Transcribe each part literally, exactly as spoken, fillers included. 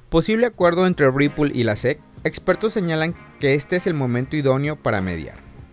Posible acuerdo entre Ripple y la S E C. Expertos señalan que este es el momento idóneo para mediar.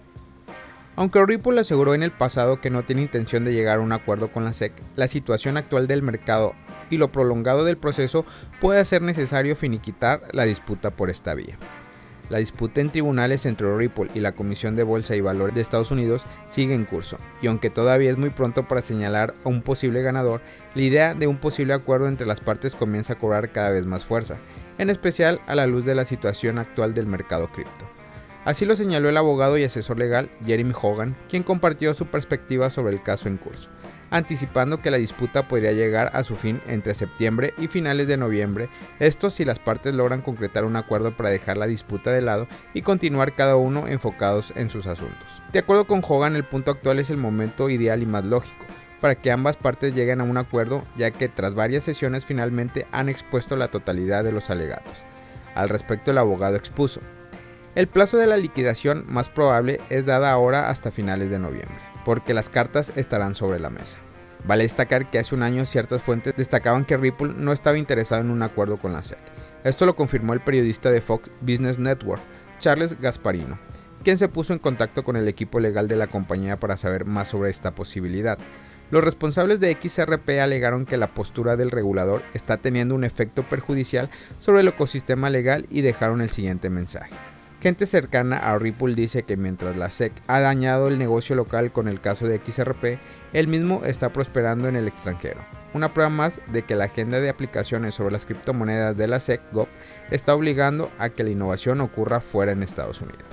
Aunque Ripple aseguró en el pasado que no tiene intención de llegar a un acuerdo con la S E C, la situación actual del mercado y lo prolongado del proceso puede hacer necesario finiquitar la disputa por esta vía. La disputa en tribunales entre Ripple y la Comisión de Bolsa y Valores de Estados Unidos sigue en curso, y aunque todavía es muy pronto para señalar a un posible ganador, la idea de un posible acuerdo entre las partes comienza a cobrar cada vez más fuerza, en especial a la luz de la situación actual del mercado cripto. Así lo señaló el abogado y asesor legal Jeremy Hogan, quien compartió su perspectiva sobre el caso en curso, anticipando que la disputa podría llegar a su fin entre septiembre y finales de noviembre, esto si las partes logran concretar un acuerdo para dejar la disputa de lado y continuar cada uno enfocados en sus asuntos. De acuerdo con Hogan, el punto actual es el momento ideal y más lógico para que ambas partes lleguen a un acuerdo, ya que tras varias sesiones finalmente han expuesto la totalidad de los alegatos. Al respecto, el abogado expuso: el plazo de la liquidación más probable es dada ahora hasta finales de noviembre, porque las cartas estarán sobre la mesa. Vale destacar que hace un año ciertas fuentes destacaban que Ripple no estaba interesado en un acuerdo con la S E C. Esto lo confirmó el periodista de Fox Business Network, Charles Gasparino, quien se puso en contacto con el equipo legal de la compañía para saber más sobre esta posibilidad. Los responsables de X R P alegaron que la postura del regulador está teniendo un efecto perjudicial sobre el ecosistema legal y dejaron el siguiente mensaje. Gente cercana a Ripple dice que mientras la S E C ha dañado el negocio local con el caso de X R P, el mismo está prosperando en el extranjero. Una prueba más de que la agenda de aplicaciones sobre las criptomonedas de la S E C Gov está obligando a que la innovación ocurra fuera en Estados Unidos.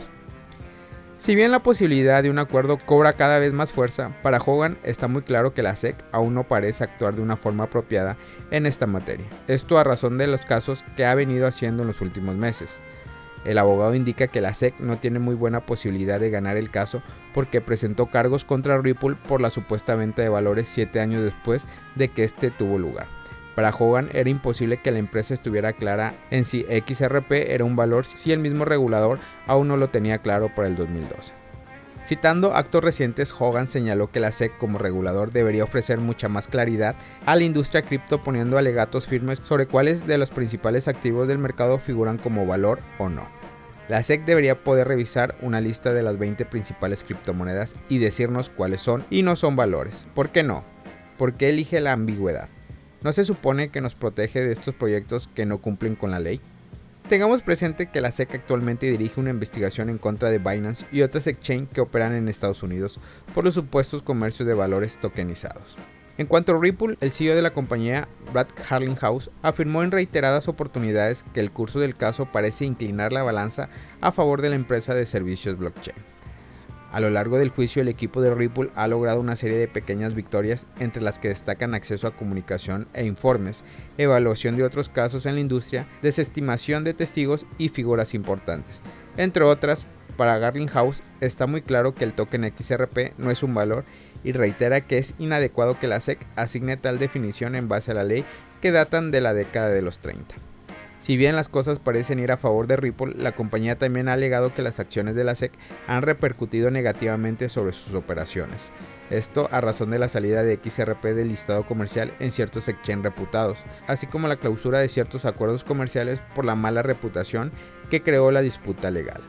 Si bien la posibilidad de un acuerdo cobra cada vez más fuerza, para Hogan está muy claro que la S E C aún no parece actuar de una forma apropiada en esta materia. Esto a razón de los casos que ha venido haciendo en los últimos meses. El abogado indica que la S E C no tiene muy buena posibilidad de ganar el caso porque presentó cargos contra Ripple por la supuesta venta de valores siete años después de que este tuvo lugar. Para Hogan era imposible que la empresa estuviera clara en si X R P era un valor si el mismo regulador aún no lo tenía claro para el dos mil doce. Citando actos recientes, Hogan señaló que la S E C como regulador debería ofrecer mucha más claridad a la industria cripto, poniendo alegatos firmes sobre cuáles de los principales activos del mercado figuran como valor o no. La S E C debería poder revisar una lista de las veinte principales criptomonedas y decirnos cuáles son y no son valores. ¿Por qué no? ¿Por qué elige la ambigüedad? ¿No se supone que nos protege de estos proyectos que no cumplen con la ley? Tengamos presente que la S E C actualmente dirige una investigación en contra de Binance y otras exchange que operan en Estados Unidos por los supuestos comercios de valores tokenizados. En cuanto a Ripple, el C E O de la compañía, Brad Garlinghouse, afirmó en reiteradas oportunidades que el curso del caso parece inclinar la balanza a favor de la empresa de servicios blockchain. A lo largo del juicio, el equipo de Ripple ha logrado una serie de pequeñas victorias, entre las que destacan acceso a comunicación e informes, evaluación de otros casos en la industria, desestimación de testigos y figuras importantes. Entre otras, para Garlinghouse está muy claro que el token X R P no es un valor y reitera que es inadecuado que la S E C asigne tal definición en base a la ley que datan de la década de los treinta. Si bien las cosas parecen ir a favor de Ripple, la compañía también ha alegado que las acciones de la S E C han repercutido negativamente sobre sus operaciones. Esto a razón de la salida de X R P del listado comercial en ciertos exchange reputados, así como la clausura de ciertos acuerdos comerciales por la mala reputación que creó la disputa legal.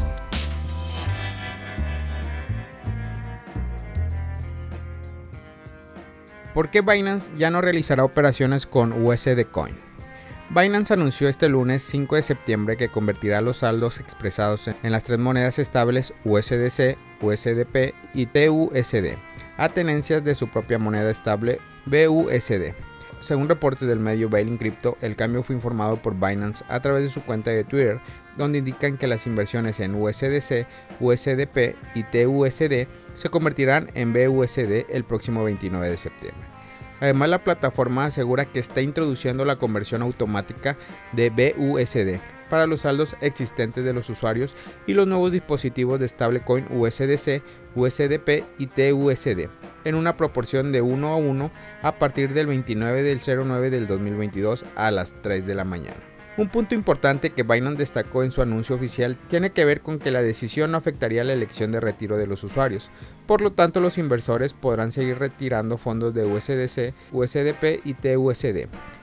¿Por qué Binance ya no realizará operaciones con U S D Coin? Binance anunció este lunes cinco de septiembre que convertirá los saldos expresados en las tres monedas estables U S D C, U S D P y T U S D a tenencias de su propia moneda estable B U S D. Según reportes del medio Bailin Crypto, el cambio fue informado por Binance a través de su cuenta de Twitter, donde indican que las inversiones en U S D C, U S D P y T U S D se convertirán en B U S D el próximo veintinueve de septiembre. Además, la plataforma asegura que está introduciendo la conversión automática de B U S D para los saldos existentes de los usuarios y los nuevos dispositivos de stablecoin U S D C, U S D P y T U S D en una proporción de uno a uno a partir del veintinueve del cero nueve del dos mil veintidós a las tres de la mañana. Un punto importante que Binance destacó en su anuncio oficial tiene que ver con que la decisión no afectaría la elección de retiro de los usuarios, por lo tanto los inversores podrán seguir retirando fondos de U S D C, U S D P y T U S D.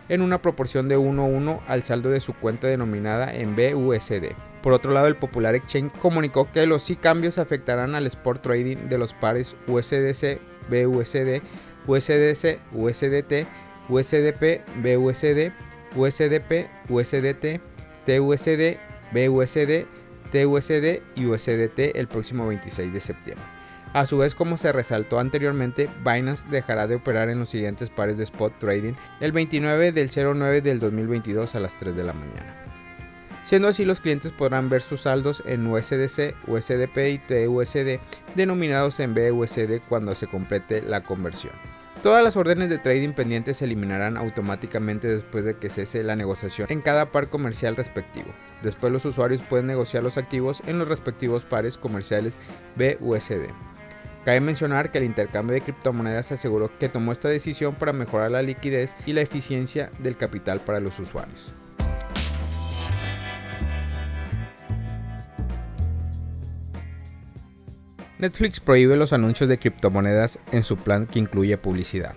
en una proporción de uno a uno al saldo de su cuenta denominada en B U S D. Por otro lado, el popular exchange comunicó que los sí cambios afectarán al spot trading de los pares U S D C, B U S D, U S D C, U S D T, U S D P, B U S D, U S D P, U S D T, T U S D, B U S D, T U S D y U S D T el próximo veintiséis de septiembre. A su vez, como se resaltó anteriormente, Binance dejará de operar en los siguientes pares de spot trading el veintinueve del cero nueve del dos mil veintidós a las tres de la mañana. Siendo así, los clientes podrán ver sus saldos en U S D C, U S D P y T U S D denominados en B U S D cuando se complete la conversión. Todas las órdenes de trading pendientes se eliminarán automáticamente después de que cese la negociación en cada par comercial respectivo. Después los usuarios pueden negociar los activos en los respectivos pares comerciales B U S D. Cabe mencionar que el intercambio de criptomonedas aseguró que tomó esta decisión para mejorar la liquidez y la eficiencia del capital para los usuarios. Netflix prohíbe los anuncios de criptomonedas en su plan que incluye publicidad.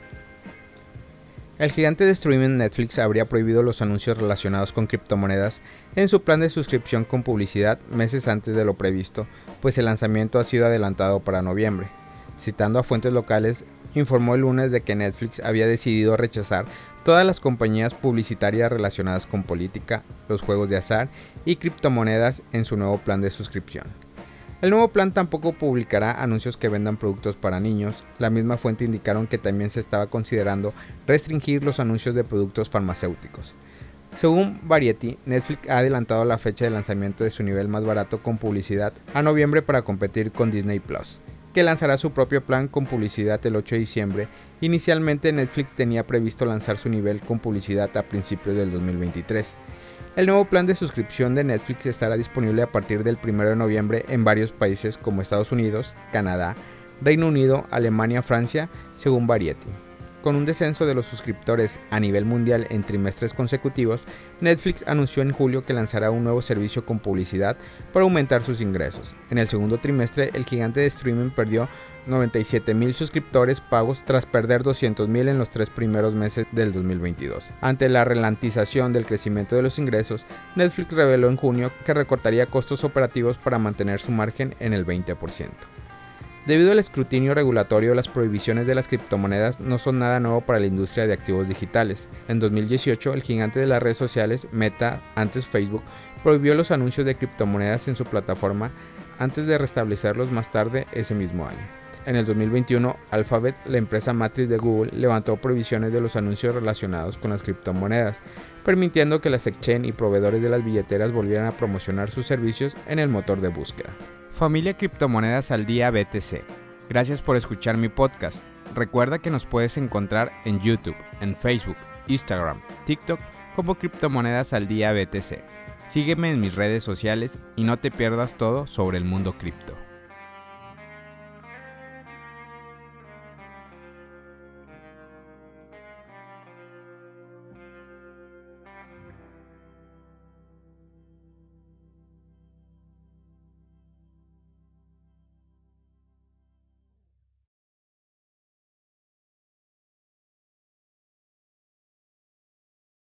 El gigante de streaming Netflix habría prohibido los anuncios relacionados con criptomonedas en su plan de suscripción con publicidad meses antes de lo previsto, pues el lanzamiento ha sido adelantado para noviembre. Citando a fuentes locales, informó el lunes de que Netflix había decidido rechazar todas las compañías publicitarias relacionadas con política, los juegos de azar y criptomonedas en su nuevo plan de suscripción. El nuevo plan tampoco publicará anuncios que vendan productos para niños. La misma fuente indicaron que también se estaba considerando restringir los anuncios de productos farmacéuticos. Según Variety, Netflix ha adelantado la fecha de lanzamiento de su nivel más barato con publicidad a noviembre para competir con Disney Plus, que lanzará su propio plan con publicidad el ocho de diciembre. Inicialmente Netflix tenía previsto lanzar su nivel con publicidad a principios del dos mil veintitrés. El nuevo plan de suscripción de Netflix estará disponible a partir del primero de noviembre en varios países como Estados Unidos, Canadá, Reino Unido, Alemania, Francia, según Variety. Con un descenso de los suscriptores a nivel mundial en trimestres consecutivos, Netflix anunció en julio que lanzará un nuevo servicio con publicidad para aumentar sus ingresos. En el segundo trimestre, el gigante de streaming perdió noventa y siete mil suscriptores pagos tras perder doscientos mil en los tres primeros meses del dos mil veintidós. Ante la ralentización del crecimiento de los ingresos, Netflix reveló en junio que recortaría costos operativos para mantener su margen en el veinte por ciento. Debido al escrutinio regulatorio, las prohibiciones de las criptomonedas no son nada nuevo para la industria de activos digitales. En dos mil dieciocho, el gigante de las redes sociales, Meta, antes Facebook, prohibió los anuncios de criptomonedas en su plataforma antes de restablecerlos más tarde ese mismo año. En el dos mil veintiuno, Alphabet, la empresa matriz de Google, levantó prohibiciones de los anuncios relacionados con las criptomonedas, permitiendo que las exchange y proveedores de las billeteras volvieran a promocionar sus servicios en el motor de búsqueda. Familia Criptomonedas al Día B T C. Gracias por escuchar mi podcast. Recuerda que nos puedes encontrar en YouTube, en Facebook, Instagram, TikTok como Criptomonedas al Día B T C. Sígueme en mis redes sociales y no te pierdas todo sobre el mundo cripto.